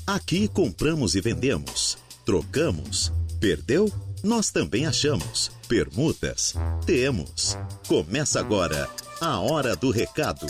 Aqui compramos e vendemos, trocamos, perdeu? Nós também achamos. Permutas? Temos. Começa agora a Hora do Recado.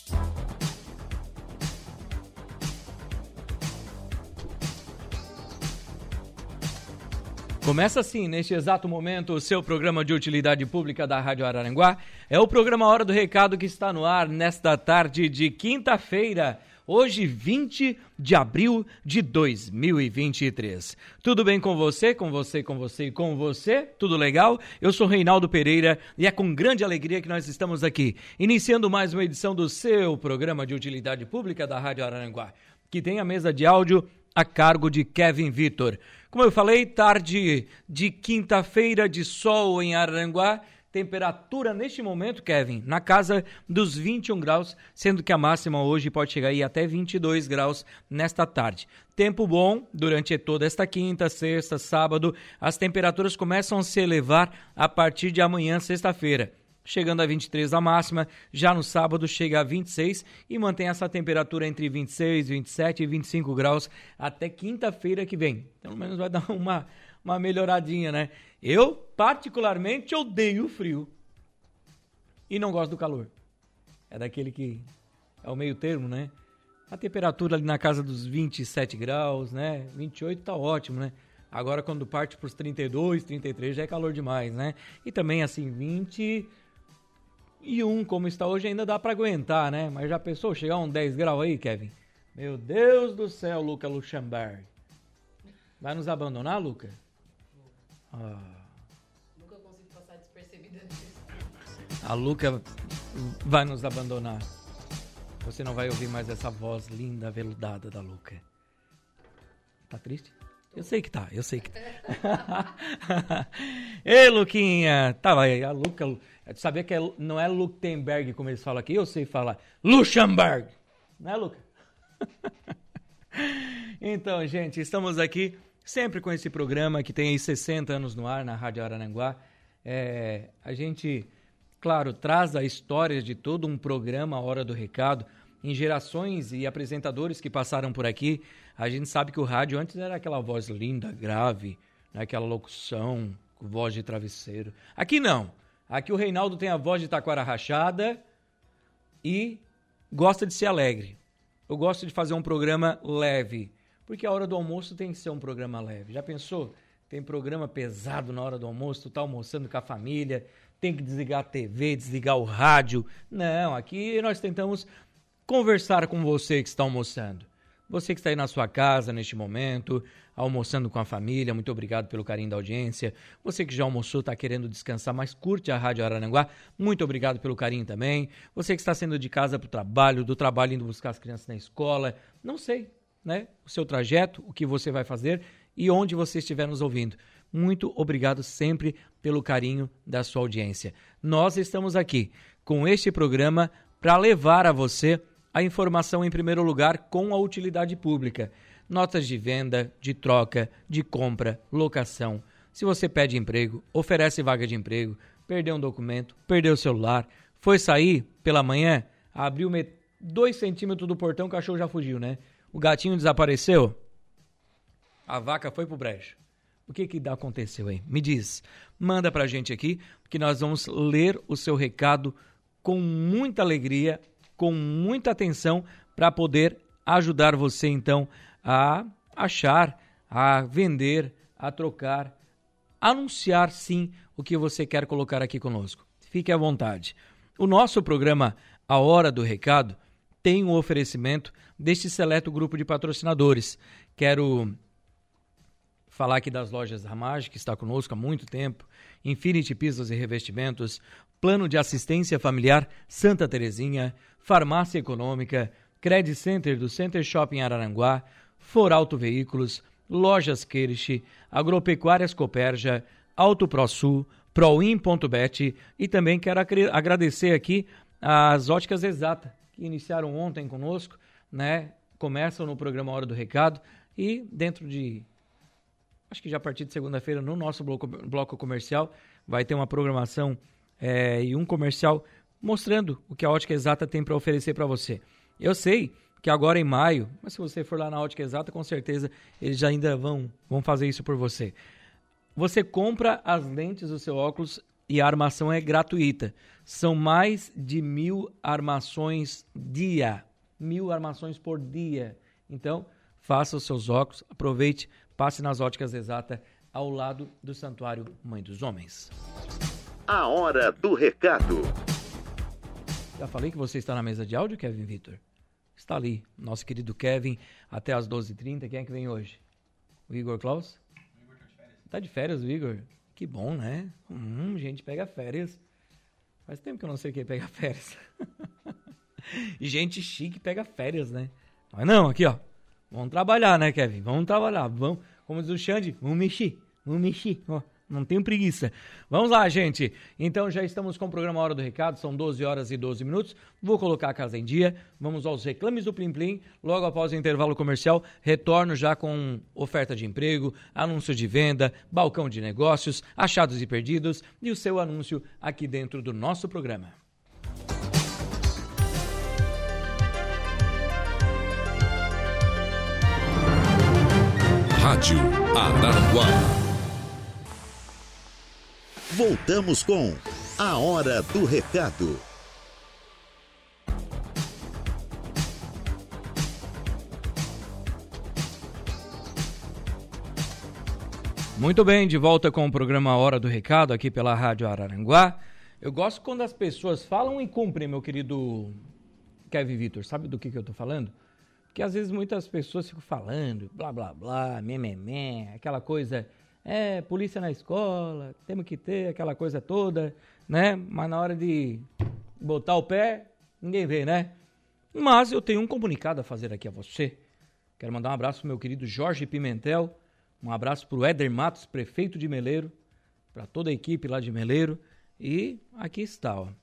Começa assim, neste exato momento, o seu programa de utilidade pública da Rádio Araranguá. É o programa Hora do Recado que está no ar nesta tarde de quinta-feira, hoje 20 de abril de 2023. Tudo bem com você, com você, com você e com você? Tudo legal? Eu sou Reinaldo Pereira e é com grande alegria que nós estamos aqui, iniciando mais uma edição do seu programa de utilidade pública da Rádio Araranguá, que tem a mesa de áudio a cargo de Kevin Vitor. Como eu falei, tarde de quinta-feira de sol em Araranguá, temperatura neste momento, Kevin, na casa dos 21 graus, sendo que a máxima hoje pode chegar aí até 22 graus nesta tarde. Tempo bom durante toda esta quinta, sexta, sábado, as temperaturas começam a se elevar a partir de amanhã, sexta-feira. Chegando a 23 a máxima, já no sábado chega a 26 e mantém essa temperatura entre 26, 27 e 25 graus até quinta-feira que vem. Pelo menos vai dar uma melhoradinha, né? Eu, particularmente, odeio o frio e não gosto do calor. É daquele que é o meio termo, né? A temperatura ali na casa dos 27 graus, né? 28 tá ótimo, né? Agora quando parte para os 32, 33 já é calor demais, né? E também assim, 21, como está hoje, ainda dá para aguentar, né? Mas já pensou chegar a um 10 graus aí, Kevin? Meu Deus do céu, Luca Luxemburg. Vai nos abandonar, Luca? Nunca consigo passar despercebida disso. A Luca vai nos abandonar. Você não vai ouvir mais essa voz linda, veludada da Luca. Tá triste? Eu sei que tá. Ei, Luquinha! Tá, vai, a Luca... Sabia que não é Luxemburg, como eles falam aqui? Eu sei falar Luxemburg. Não é, Luca? Então, gente, estamos aqui sempre com esse programa que tem aí 60 anos no ar na Rádio Araranguá. A gente, claro, traz a história de todo um programa, a Hora do Recado, em gerações e apresentadores que passaram por aqui. A gente sabe que o rádio antes era aquela voz linda, grave, né? Aquela locução, voz de travesseiro. Aqui não. Aqui o Reinaldo tem a voz de taquara rachada e gosta de ser alegre. Eu gosto de fazer um programa leve, porque a hora do almoço tem que ser um programa leve. Já pensou? Tem programa pesado na hora do almoço, tu tá almoçando com a família, tem que desligar a TV, desligar o rádio. Não, aqui nós tentamos conversar com você que está almoçando. Você que está aí na sua casa neste momento, almoçando com a família, muito obrigado pelo carinho da audiência. Você que já almoçou, está querendo descansar, mas curte a Rádio Araranguá, muito obrigado pelo carinho também. Você que está saindo de casa para o trabalho, do trabalho indo buscar as crianças na escola, não sei, né? O seu trajeto, o que você vai fazer e onde você estiver nos ouvindo. Muito obrigado sempre pelo carinho da sua audiência. Nós estamos aqui com este programa para levar a você a informação em primeiro lugar com a utilidade pública. Notas de venda, de troca, de compra, locação. Se você pede emprego, oferece vaga de emprego, perdeu um documento, perdeu o celular, foi sair pela manhã, abriu 2 centímetros do portão, o cachorro já fugiu, né? O gatinho desapareceu, a vaca foi pro brejo. O que aconteceu aí? Me diz, manda pra gente aqui, que nós vamos ler o seu recado com muita alegria, com muita atenção, para poder ajudar você, então, a achar, a vender, a trocar, anunciar, sim, o que você quer colocar aqui conosco. Fique à vontade. O nosso programa A Hora do Recado tem um oferecimento deste seleto grupo de patrocinadores. Quero falar aqui das lojas Ramage, que está conosco há muito tempo, Infinity Pisos e Revestimentos, Plano de Assistência Familiar Santa Terezinha, Farmácia Econômica, Credit Center do Center Shopping Araranguá, Forauto Veículos, Lojas Queirich, Agropecuárias Coperja, Auto ProSul, Proin.bet e também quero agradecer aqui as Óticas Exata, que iniciaram ontem conosco, né? Começam no programa Hora do Recado e dentro de, acho que já a partir de segunda-feira, no nosso bloco comercial, vai ter uma programação e um comercial mostrando o que a Ótica Exata tem para oferecer para você. Eu sei que agora em maio, mas se você for lá na Ótica Exata, com certeza eles já ainda vão fazer isso por você. Você compra as lentes do seu óculos e a armação é gratuita. São mais de 1.000 armações dia. 1.000 armações por dia. Então, faça os seus óculos, aproveite, passe nas Óticas Exata, ao lado do Santuário Mãe dos Homens. A hora do recado. Já falei que você está na mesa de áudio, Kevin Vitor? Está ali, nosso querido Kevin, até às 12h30. Quem é que vem hoje? O Igor Klaus? O Igor está de férias. Está de férias o Igor? Que bom, né? Gente pega férias. Faz tempo que eu não sei quem pega férias. E gente chique pega férias, né? Mas não, aqui ó. Vamos trabalhar, né, Kevin? Vamos trabalhar. Vamos, como diz o Xande, vamos mexer. Ó, não tenho preguiça. Vamos lá, gente. Então já estamos com o programa Hora do Recado. São 12h12. Vou colocar a casa em dia. Vamos aos reclames do Plim Plim. Logo após o intervalo comercial, retorno já com oferta de emprego, anúncio de venda, balcão de negócios, achados e perdidos e o seu anúncio aqui dentro do nosso programa. Rádio Araranguá. Voltamos com A Hora do Recado. Muito bem, de volta com o programa Hora do Recado aqui pela Rádio Araranguá. Eu gosto quando as pessoas falam e cumprem, meu querido Kevin Vitor. Sabe do que eu tô falando? Porque às vezes muitas pessoas ficam falando, blá, blá, blá, aquela coisa, polícia na escola, temos que ter aquela coisa toda, né? Mas na hora de botar o pé, ninguém vê, né? Mas eu tenho um comunicado a fazer aqui a você. Quero mandar um abraço pro meu querido Jorge Pimentel, um abraço pro Éder Matos, prefeito de Meleiro, para toda a equipe lá de Meleiro. E aqui está, ó.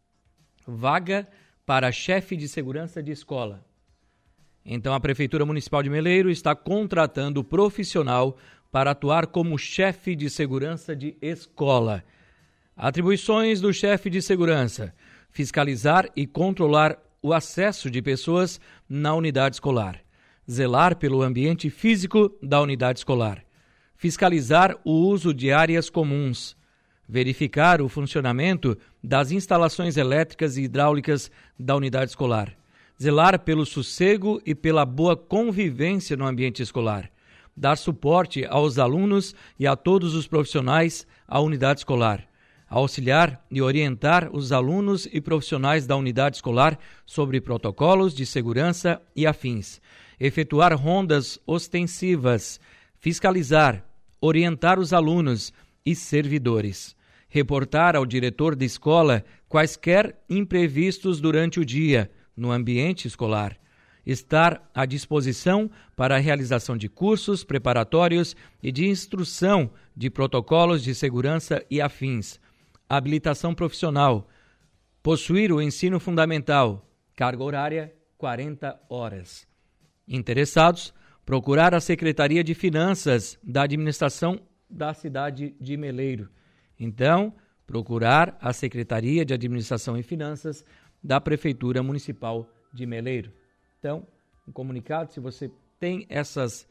Vaga para chefe de segurança de escola. Então, a Prefeitura Municipal de Meleiro está contratando profissional para atuar como chefe de segurança de escola. Atribuições do chefe de segurança: fiscalizar e controlar o acesso de pessoas na unidade escolar, zelar pelo ambiente físico da unidade escolar, fiscalizar o uso de áreas comuns, verificar o funcionamento das instalações elétricas e hidráulicas da unidade escolar, zelar pelo sossego e pela boa convivência no ambiente escolar, dar suporte aos alunos e a todos os profissionais à unidade escolar, auxiliar e orientar os alunos e profissionais da unidade escolar sobre protocolos de segurança e afins, efetuar rondas ostensivas, fiscalizar, orientar os alunos e servidores, reportar ao diretor da escola quaisquer imprevistos durante o dia, no ambiente escolar, estar à disposição para a realização de cursos preparatórios e de instrução de protocolos de segurança e afins, habilitação profissional, possuir o ensino fundamental, carga horária 40 horas. Interessados, procurar a Secretaria de Finanças da Administração da cidade de Meleiro. Então, procurar a Secretaria de Administração e Finanças da Prefeitura Municipal de Meleiro. Então, um comunicado, se você tem essa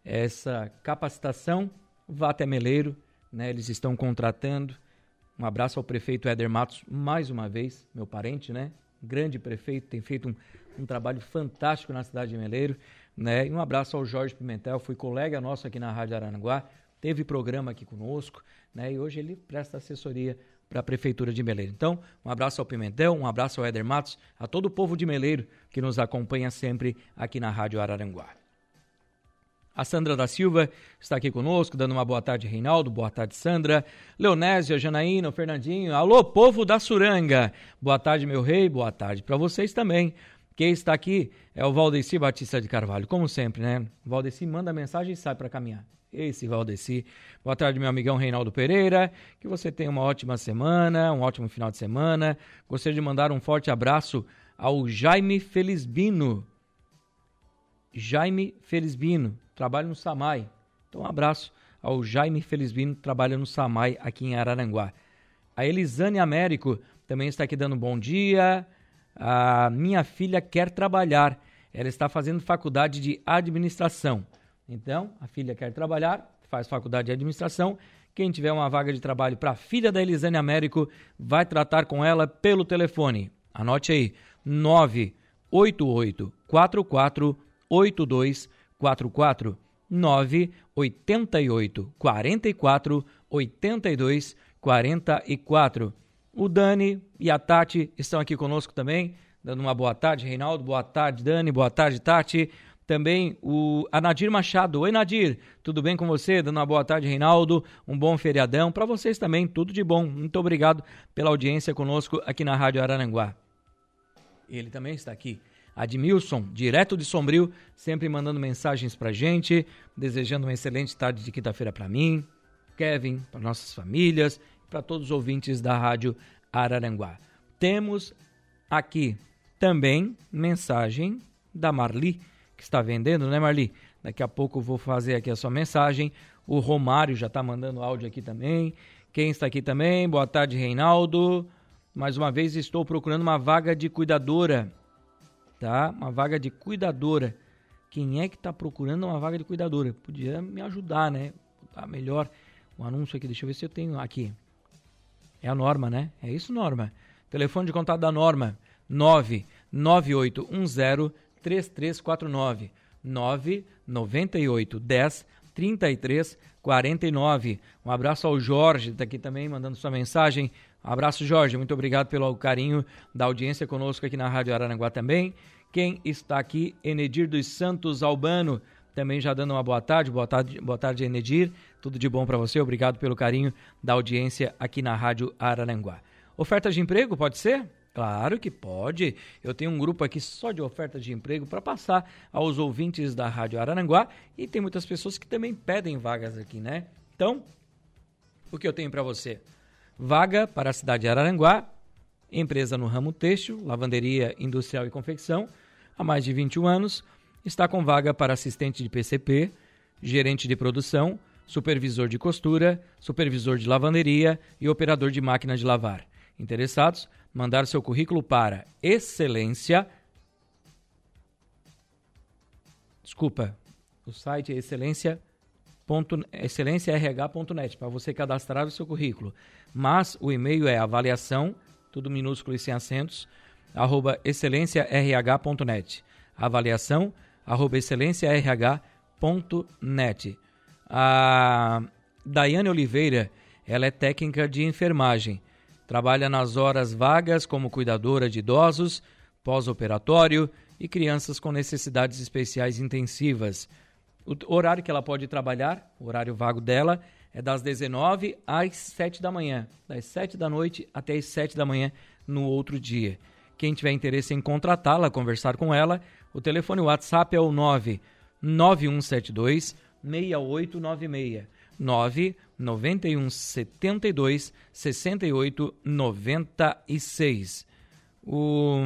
capacitação, vá até Meleiro, né? Eles estão contratando. Um abraço ao prefeito Éder Matos, mais uma vez, meu parente, né? Grande prefeito, tem feito um trabalho fantástico na cidade de Meleiro, né? E um abraço ao Jorge Pimentel, foi colega nosso aqui na Rádio Araranguá, teve programa aqui conosco, né? E hoje ele presta assessoria para a Prefeitura de Meleiro. Então, um abraço ao Pimentel, um abraço ao Éder Matos, a todo o povo de Meleiro que nos acompanha sempre aqui na Rádio Araranguá. A Sandra da Silva está aqui conosco, dando uma boa tarde, Reinaldo. Boa tarde, Sandra. Leonésio, Janaína, Fernandinho. Alô, povo da Suranga. Boa tarde, meu rei. Boa tarde para vocês também. Quem está aqui é o Valdeci Batista de Carvalho, como sempre, né? O Valdeci manda mensagem e sai para caminhar. Esse Valdeci. Boa tarde, meu amigão Reinaldo Pereira. Que você tenha uma ótima semana, um ótimo final de semana. Gostaria de mandar um forte abraço ao Jaime Felizbino. Jaime Felizbino, trabalha no SAMAI. Então, um abraço ao Jaime Felizbino, trabalha no SAMAI aqui em Araranguá. A Elisane Américo também está aqui dando um bom dia. A minha filha quer trabalhar. ela está fazendo faculdade de administração. Então, a filha quer trabalhar, faz faculdade de administração. Quem tiver uma vaga de trabalho para a filha da Elisane Américo, vai tratar com ela pelo telefone. Anote aí, 988-44-8244, 988-44-8244. O Dani e a Tati estão aqui conosco também, dando uma boa tarde, Reinaldo. Boa tarde, Dani. Boa tarde, Tati. Também a Nadir Machado. Oi, Nadir. Tudo bem com você? Dando uma boa tarde, Reinaldo. Um bom feriadão. Para vocês também, tudo de bom. Muito obrigado pela audiência conosco aqui na Rádio Araranguá. Ele também está aqui. Admilson, direto de Sombrio, sempre mandando mensagens pra gente, desejando uma excelente tarde de quinta-feira para mim, Kevin, para nossas famílias, para todos os ouvintes da Rádio Araranguá. Temos aqui também mensagem da Marli, que está vendendo, né, Marli? Daqui a pouco eu vou fazer aqui a sua mensagem. O Romário já está mandando áudio aqui também. Quem está aqui também? Boa tarde, Reinaldo. Mais uma vez estou procurando uma vaga de cuidadora, tá? Uma vaga de cuidadora. Quem é que está procurando uma vaga de cuidadora? Podia me ajudar, né? Tá melhor o anúncio aqui. Deixa eu ver se eu tenho aqui. É a Norma, né? É isso, Norma. Telefone de contato da Norma, 99810-3349, 99810-3349. Um abraço ao Jorge, está aqui também mandando sua mensagem. Um abraço, Jorge. Muito obrigado pelo carinho da audiência conosco aqui na Rádio Araranguá também. Quem está aqui, Enedir dos Santos Albano, também já dando uma boa tarde. Boa tarde, Enedir. Tudo de bom para você. Obrigado pelo carinho da audiência aqui na Rádio Araranguá. Ofertas de emprego, pode ser? Claro que pode. Eu tenho um grupo aqui só de ofertas de emprego para passar aos ouvintes da Rádio Araranguá e tem muitas pessoas que também pedem vagas aqui, né? Então, o que eu tenho para você? Vaga para a cidade de Araranguá, empresa no ramo têxtil, lavanderia industrial e confecção, há mais de 21 anos, está com vaga para assistente de PCP, gerente de produção, supervisor de costura, supervisor de lavanderia e operador de máquina de lavar. Interessados? Mandar seu currículo para o site é excelênciarh.net, para você cadastrar o seu currículo. Mas o e-mail é avaliação, tudo minúsculo e sem acentos, @excelênciarh.net. Avaliação, @excelênciarh.net. A Daiane Oliveira, ela é técnica de enfermagem. Trabalha nas horas vagas como cuidadora de idosos, pós-operatório e crianças com necessidades especiais intensivas. O horário que ela pode trabalhar, o horário vago dela, é das 19 às 7 da manhã, das 7 da noite até as 7 da manhã no outro dia. Quem tiver interesse em contratá-la, conversar com ela, o telefone WhatsApp é o 99172-6896. 99172-6896. O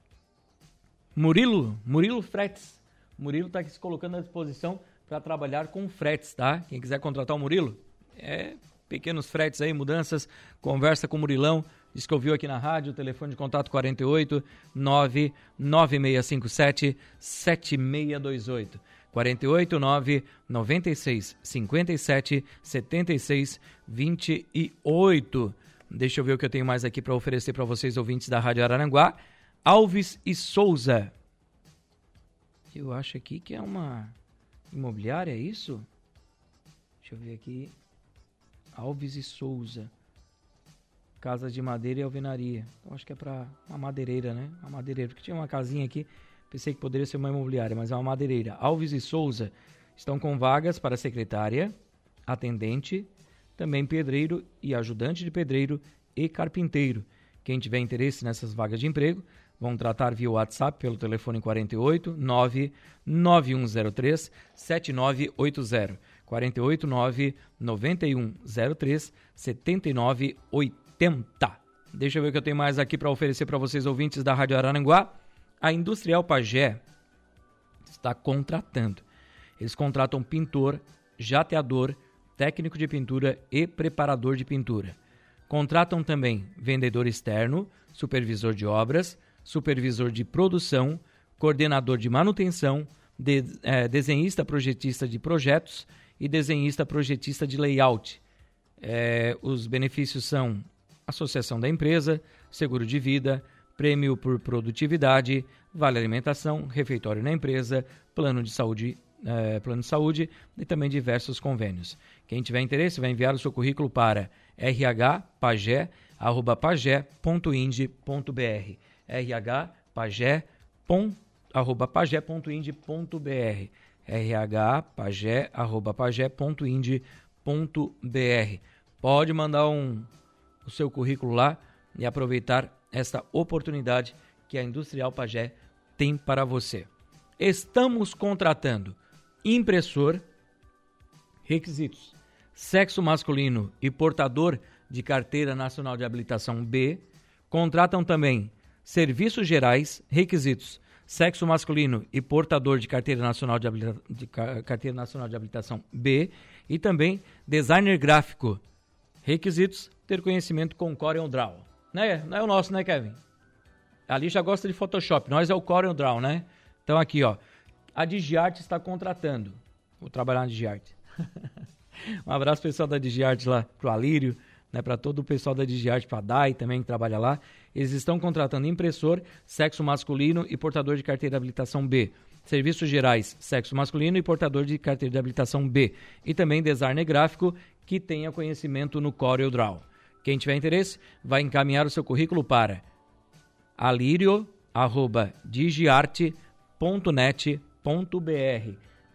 Murilo Fretes. Murilo está aqui se colocando à disposição para trabalhar com fretes, tá? Quem quiser contratar o Murilo, pequenos fretes aí, mudanças, conversa com o Murilão, diz que ouviu aqui na rádio, telefone de contato 48 99657 7628. 48 996 57 76 28. Deixa eu ver o que eu tenho mais aqui para oferecer para vocês, ouvintes da Rádio Araranguá. Alves e Souza. Eu acho aqui que é uma imobiliária, é isso? Deixa eu ver aqui. Alves e Souza. Casa de madeira e alvenaria. Então acho que é para uma madeireira, né? Uma madeireira, porque tinha uma casinha aqui. Pensei que poderia ser uma imobiliária, mas é uma madeireira. Alves e Souza estão com vagas para secretária, atendente, também pedreiro e ajudante de pedreiro e carpinteiro. Quem tiver interesse nessas vagas de emprego, vão tratar via WhatsApp pelo telefone 48 99103 7980. 48 99103 7980. Deixa eu ver o que eu tenho mais aqui para oferecer para vocês, ouvintes da Rádio Araranguá. A Industrial Pagé está contratando. Eles contratam pintor, jateador, técnico de pintura e preparador de pintura. Contratam também vendedor externo, supervisor de obras, supervisor de produção, coordenador de manutenção, desenhista projetista de projetos e desenhista projetista de layout. Os benefícios são associação da empresa, seguro de vida, prêmio por produtividade, vale alimentação, refeitório na empresa, plano de saúde e também diversos convênios. Quem tiver interesse vai enviar o seu currículo para rhpagé@pagé.ind.br rhpagé@pagé.ind.br rhpagé@pagé.ind.br. Pode mandar o seu currículo lá e aproveitar esta oportunidade que a Industrial Pagé tem para você. Estamos contratando impressor, requisitos: sexo masculino e portador de carteira nacional de habilitação B. Contratam também serviços gerais, requisitos: sexo masculino e portador de carteira nacional de habilitação B. E também designer gráfico, requisitos: ter conhecimento com Corel Draw. Né? Não é o nosso, né, Kevin? Ali já gosta de Photoshop, nós é o Corel Draw, né? Então aqui, ó, a DigiArt está contratando. Vou trabalhar na DigiArt. Um abraço pessoal da DigiArt lá, pro Alírio, né, para todo o pessoal da DigiArt, para a Dai também que trabalha lá. Eles estão contratando impressor, sexo masculino e portador de carteira de habilitação B. Serviços gerais, sexo masculino e portador de carteira de habilitação B. E também designer gráfico que tenha conhecimento no Corel Draw. Quem tiver interesse, vai encaminhar o seu currículo para alirio@digiarte.net.br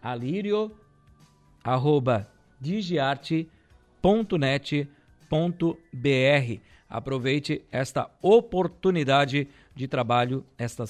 alirio@digiarte.net.br. Aproveite esta oportunidade de trabalho,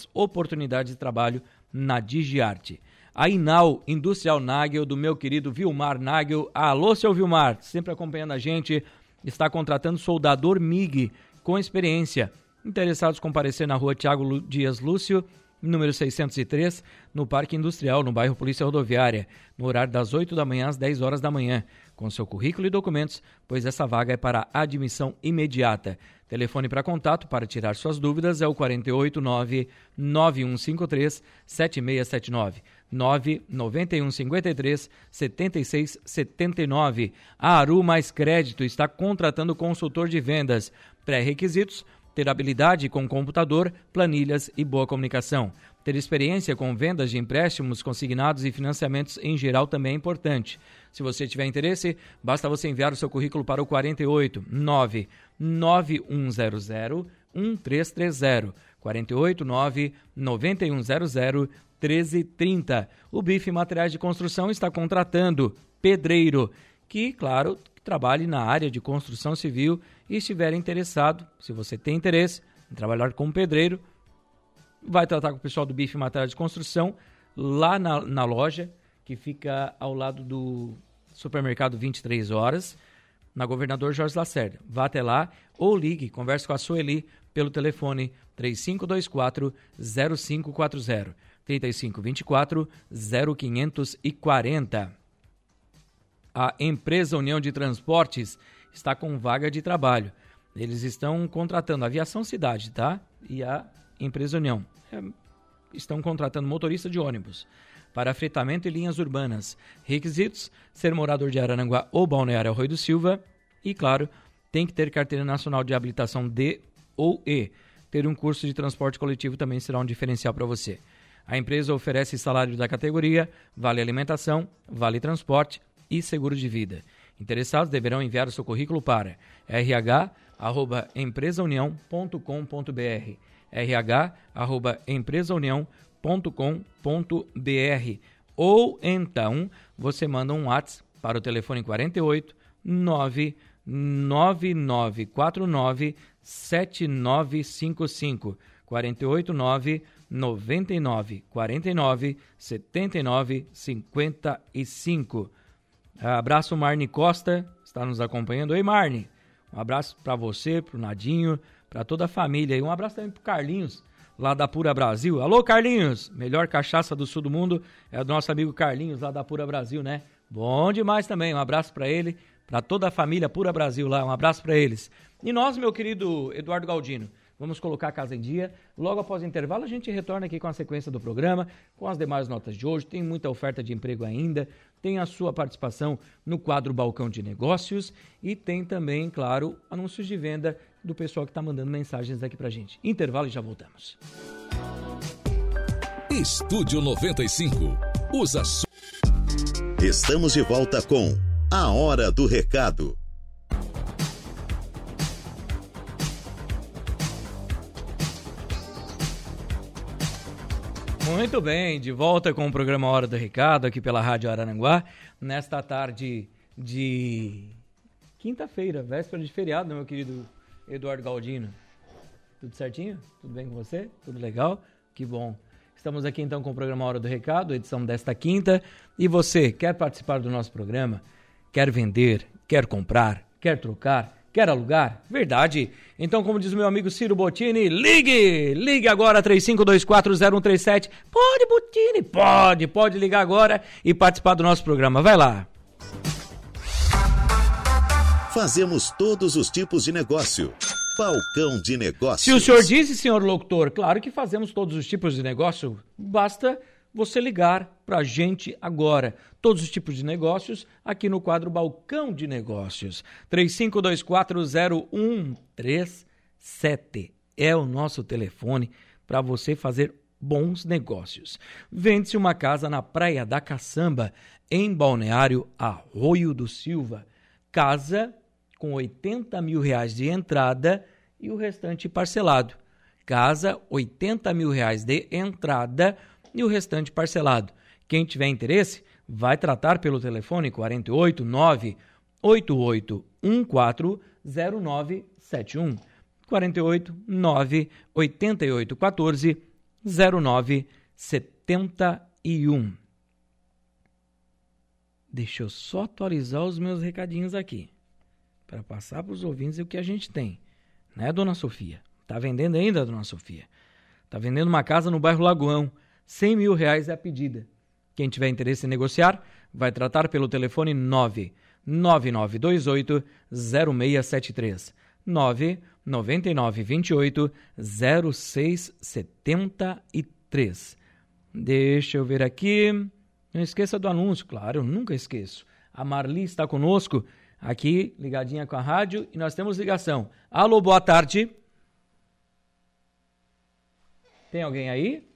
na DigiArt. A Inal Industrial Nagel, do meu querido Vilmar Nagel. Alô, seu Vilmar, sempre acompanhando a gente. Está contratando soldador MIG com experiência. Interessados comparecer na rua Tiago Dias Lúcio, número 603, no Parque Industrial, no bairro Polícia Rodoviária, no horário das 8 da manhã às 10 horas da manhã, com seu currículo e documentos, pois essa vaga é para admissão imediata. Telefone para contato para tirar suas dúvidas é o 489-9153-7679, 99153-7679. A Aru Mais Crédito está contratando consultor de vendas. Pré-requisitos: ter habilidade com computador, planilhas e boa comunicação. Ter experiência com vendas de empréstimos consignados e financiamentos em geral também é importante. Se você tiver interesse, basta você enviar o seu currículo para o 489-9100-1330. 489-9100-1330. O BIF Materiais de Construção está contratando pedreiro, que, claro, trabalhe na área de construção civil e estiver interessado, se você tem interesse em trabalhar como pedreiro, vai tratar com o pessoal do BIF Materiais de Construção lá na loja, que fica ao lado do supermercado 23 horas, na Governador Jorge Lacerda. Vá até lá ou ligue, converse com a Sueli pelo telefone 3524-0540, 3524-0540. A empresa União de Transportes está com vaga de trabalho. Eles estão contratando a Aviação Cidade, tá? E a empresa União. Estão contratando motorista de ônibus para fretamento e linhas urbanas. Requisitos: ser morador de Araranguá ou Balneário Arroio do Silva. E, claro, tem que ter carteira nacional de habilitação D ou E. Ter um curso de transporte coletivo também será um diferencial para você. A empresa oferece salário da categoria, vale alimentação, vale transporte e seguro de vida. Interessados deverão enviar o seu currículo para rh@empresaunião.com.br rh@empresaunião.com.br ou então você manda um WhatsApp para o telefone 48 99949 7955 48 999 49 79 55. Abraço, Marne Costa, está nos acompanhando. Oi, Marne. Um abraço para você, para o Nadinho, para toda a família. E um abraço também para o Carlinhos, lá da Pura Brasil. Alô, Carlinhos. Melhor cachaça do sul do mundo é o nosso amigo Carlinhos, lá da Pura Brasil, né? Bom demais também. Um abraço para ele, para toda a família Pura Brasil lá. Um abraço para eles. E nós, meu querido Eduardo Galdino, Vamos colocar a casa em dia. Logo após o intervalo, a gente retorna aqui com a sequência do programa, com as demais notas de hoje. Tem muita oferta de emprego ainda, tem a sua participação no quadro Balcão de Negócios e tem também, claro, anúncios de venda do pessoal que está mandando mensagens aqui pra gente. Intervalo e já voltamos. Estúdio 95. Os assuntos. Estamos de volta com A Hora do Recado. Muito bem, de volta com o programa Hora do Recado aqui pela Rádio Araranguá, nesta tarde de quinta-feira, véspera de feriado, meu querido Eduardo Galdino. Tudo certinho? Tudo bem com você? Tudo legal? Que bom. Estamos aqui então com o programa Hora do Recado, edição desta quinta. E você, quer participar do nosso programa? Quer vender? Quer comprar? Quer trocar? Quer alugar? Verdade. Então, como diz o meu amigo Ciro Bottini, ligue! Ligue agora, 35240137. Pode, Bottini? Pode ligar agora e participar do nosso programa. Vai lá. Fazemos todos os tipos de negócio. Balcão de Negócios. Se o senhor disse, senhor locutor, claro que fazemos todos os tipos de negócio. Basta você ligar pra gente agora. Todos os tipos de negócios aqui no quadro Balcão de Negócios. 35240137 é o nosso telefone para você fazer bons negócios. Vende-se uma casa na Praia da Caçamba, em Balneário Arroio do Silva. Casa com R$80 mil de entrada e o restante parcelado. Casa, R$80 mil de entrada e o restante parcelado. Quem tiver interesse, vai tratar pelo telefone 489-8814-0971. 489-8814-0971. Deixa eu só atualizar os meus recadinhos aqui, para passar para os ouvintes o que a gente tem. Né, dona Sofia? Tá vendendo ainda, dona Sofia? Tá vendendo uma casa no bairro Lagoão. R$100 mil é a pedida. Quem tiver interesse em negociar, vai tratar pelo telefone 99928-0673. 99928-0673. Deixa eu ver aqui. Não esqueça do anúncio, claro, eu nunca esqueço. A Marli está conosco, aqui, ligadinha com a rádio, e nós temos ligação. Alô, boa tarde. Tem alguém aí?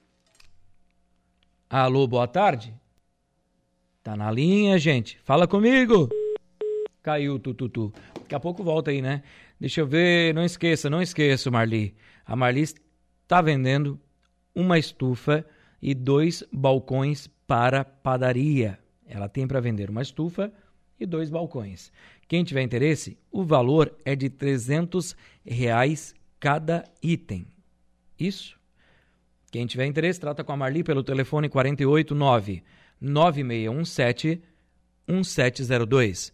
Alô, boa tarde. Tá na linha, gente. Fala comigo. Caiu o tututu. Daqui a pouco volta aí, né? Deixa eu ver. Não esqueça, Marli. A Marli está vendendo uma estufa e 2 balcões para padaria. Ela tem para vender uma estufa e 2 balcões. Quem tiver interesse, o valor é de R$300 cada item. Isso? Quem tiver interesse, trata com a Marli pelo telefone 489-9617-1702.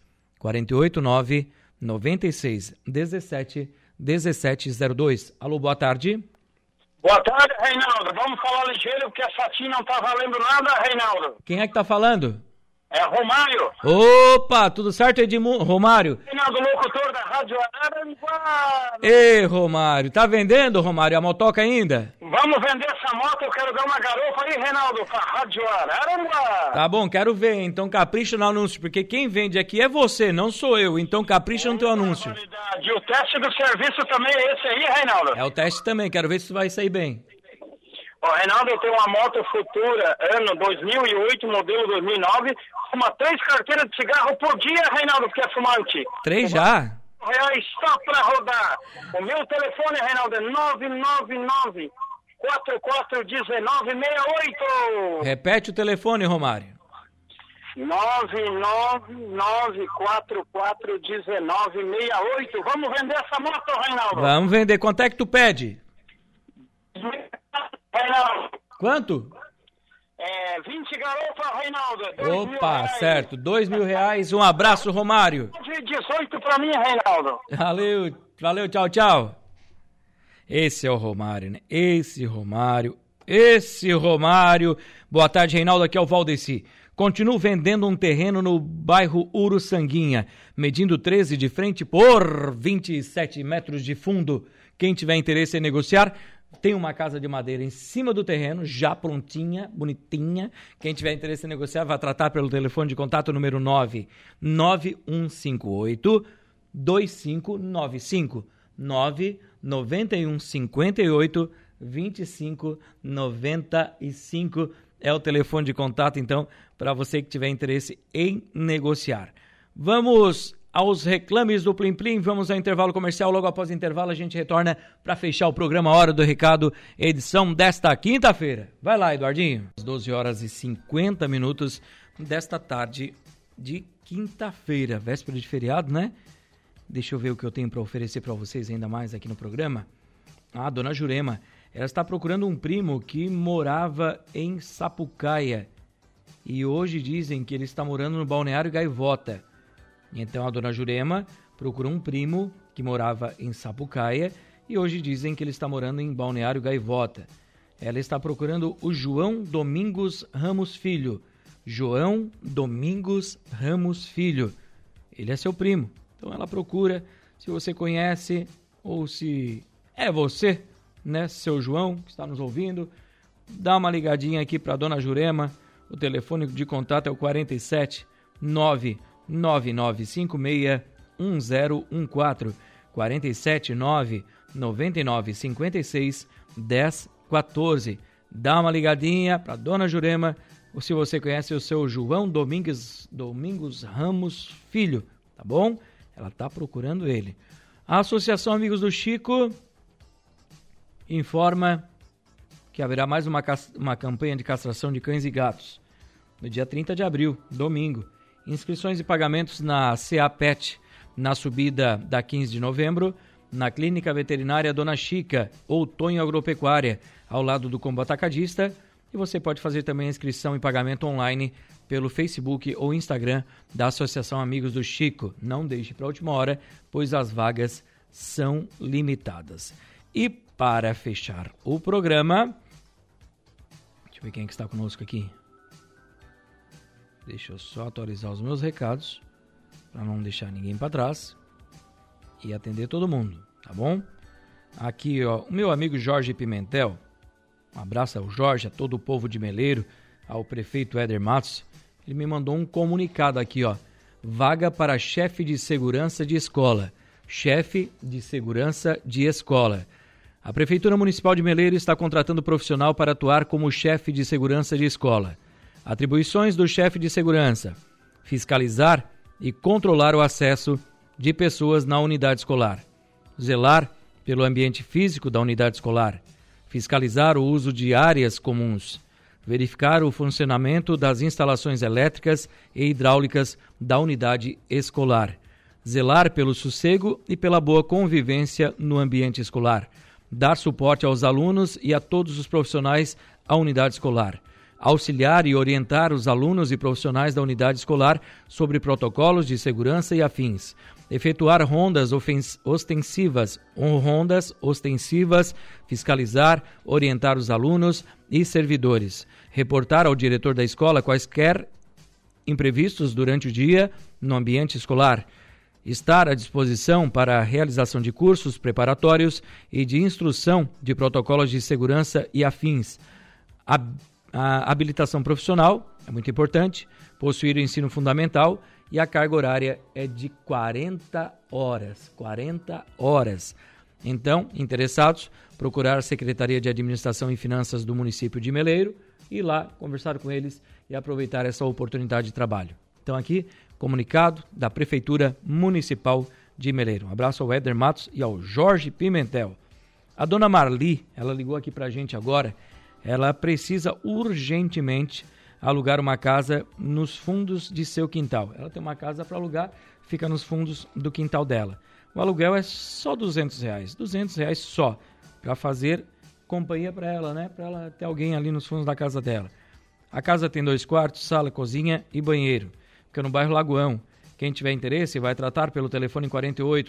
489-9617-1702. Alô, boa tarde. Boa tarde, Reinaldo. Vamos falar ligeiro, porque a Satinha não tá valendo nada, Reinaldo. Quem é que tá falando? É Romário. Opa, tudo certo, Edmundo? Romário? Reinaldo, locutor da Rádio Araranguá. Ei, Romário, tá vendendo, Romário, a motoca ainda? Vamos vender essa moto, eu quero dar uma garopa aí, Reinaldo, pra Rádio Araranguá. Tá bom, quero ver, então capricha no anúncio, porque quem vende aqui é você, não sou eu, então capricha no teu anúncio. E o teste do serviço também é esse aí, Reinaldo? É o teste também, quero ver se vai sair bem. Ó, Reinaldo, eu tenho uma moto Futura, ano 2008, modelo 2009, uma 3 carteiras de cigarro por dia, Reinaldo, porque é fumante. 3 já? R$1 só pra rodar. O meu telefone, Reinaldo, é 999-441968. Repete o telefone, Romário. 999-441968. Vamos vender essa moto, Reinaldo? Vamos vender. Quanto é que tu pede? Reinaldo. Quanto? 20 garopas, Reinaldo. Opa, certo. R$2 mil. Um abraço, Romário. 18 pra mim, Reinaldo. Valeu, tchau. Esse é o Romário, né? Esse Romário. Boa tarde, Reinaldo. Aqui é o Valdeci. Continuo vendendo um terreno no bairro Uruçanguinha, medindo 13 de frente por 27 metros de fundo. Quem tiver interesse em negociar, tem uma casa de madeira em cima do terreno, já prontinha, bonitinha. Quem tiver interesse em negociar, vai tratar pelo telefone de contato número 99158-2595. 99158-2595 é o telefone de contato, então, para você que tiver interesse em negociar. Vamos aos reclames do Plim Plim, vamos ao intervalo comercial. Logo após o intervalo, a gente retorna para fechar o programa Hora do Recado, edição desta quinta-feira. Vai lá, Eduardinho. Às 12 horas e 50 minutos desta tarde de quinta-feira, véspera de feriado, né? Deixa eu ver o que eu tenho para oferecer para vocês ainda mais aqui no programa. A dona Jurema, ela está procurando um primo que morava em Sapucaia e hoje dizem que ele está morando no Balneário Gaivota. Então a dona Jurema procurou um primo que morava em Sapucaia e hoje dizem que ele está morando em Balneário Gaivota. Ela está procurando o João Domingos Ramos Filho. João Domingos Ramos Filho. Ele é seu primo. Então ela procura, se você conhece ou se é você, né, seu João, que está nos ouvindo, dá uma ligadinha aqui para a dona Jurema. O telefone de contato é o 47 999561014, 479-9956-1014. Dá uma ligadinha para dona Jurema, ou se você conhece o seu João Domingos Ramos Filho, tá bom? Ela está procurando ele. A Associação Amigos do Chico informa que haverá mais uma campanha de castração de cães e gatos no dia 30 de abril, domingo. Inscrições e pagamentos na CA Pet, na subida da 15 de novembro, na Clínica Veterinária Dona Chica ou Tonho Agropecuária, ao lado do Combo Atacadista. E você pode fazer também a inscrição e pagamento online pelo Facebook ou Instagram da Associação Amigos do Chico. Não deixe para a última hora, pois as vagas são limitadas. E para fechar o programa, deixa eu ver quem é que está conosco aqui. Deixa eu só atualizar os meus recados, para não deixar ninguém para trás e atender todo mundo, tá bom? Aqui, ó, o meu amigo Jorge Pimentel, um abraço ao Jorge, a todo o povo de Meleiro, ao prefeito Éder Matos, ele me mandou um comunicado aqui, ó, vaga para chefe de segurança de escola, chefe de segurança de escola. A Prefeitura Municipal de Meleiro está contratando profissional para atuar como chefe de segurança de escola. Atribuições do chefe de segurança: fiscalizar e controlar o acesso de pessoas na unidade escolar, zelar pelo ambiente físico da unidade escolar, fiscalizar o uso de áreas comuns, verificar o funcionamento das instalações elétricas e hidráulicas da unidade escolar, zelar pelo sossego e pela boa convivência no ambiente escolar, dar suporte aos alunos e a todos os profissionais à unidade escolar, auxiliar e orientar os alunos e profissionais da unidade escolar sobre protocolos de segurança e afins, efetuar rondas ostensivas, fiscalizar, orientar os alunos e servidores, reportar ao diretor da escola quaisquer imprevistos durante o dia no ambiente escolar, estar à disposição para a realização de cursos preparatórios e de instrução de protocolos de segurança e afins. A habilitação profissional é muito importante, possuir o ensino fundamental e a carga horária é de 40 horas. 40 horas. Então, interessados, procurar a Secretaria de Administração e Finanças do município de Meleiro, ir lá, conversar com eles e aproveitar essa oportunidade de trabalho. Então aqui, comunicado da Prefeitura Municipal de Meleiro. Um abraço ao Éder Matos e ao Jorge Pimentel. A dona Marli, ela ligou aqui pra gente agora. Ela precisa urgentemente alugar uma casa nos fundos de seu quintal. Ela tem uma casa para alugar, fica nos fundos do quintal dela. O aluguel é só R$200, R$200 só, para fazer companhia para ela, né? Para ela ter alguém ali nos fundos da casa dela. A casa tem 2 quartos, sala, cozinha e banheiro. Fica no bairro Lagoão. Quem tiver interesse vai tratar pelo telefone 48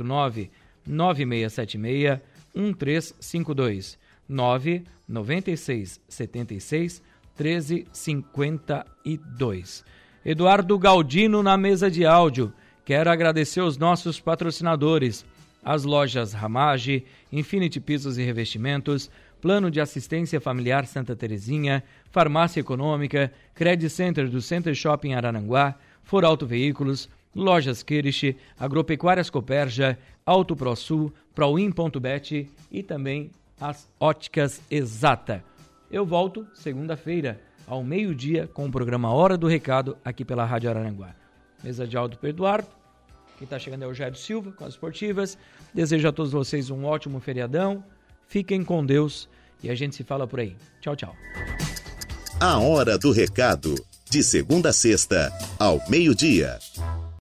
99676 1352. 996 76 13 52. Eduardo Galdino na mesa de áudio. Quero agradecer os nossos patrocinadores: as lojas Ramage, Infinity Pisos e Revestimentos, Plano de Assistência Familiar Santa Terezinha, Farmácia Econômica, Credit Center do Center Shopping Araranguá, For Auto Veículos, Lojas Kirish, Agropecuárias Coperja, Auto ProSul, Proin.bet e também as Óticas Exata. Eu volto segunda-feira, ao meio-dia, com o programa Hora do Recado, aqui pela Rádio Araranguá. Mesa de áudio para Eduardo, quem está chegando é o Jairo Silva, com as esportivas. Desejo a todos vocês um ótimo feriadão, fiquem com Deus e a gente se fala por aí. Tchau, tchau. A Hora do Recado, de segunda a sexta, ao meio-dia.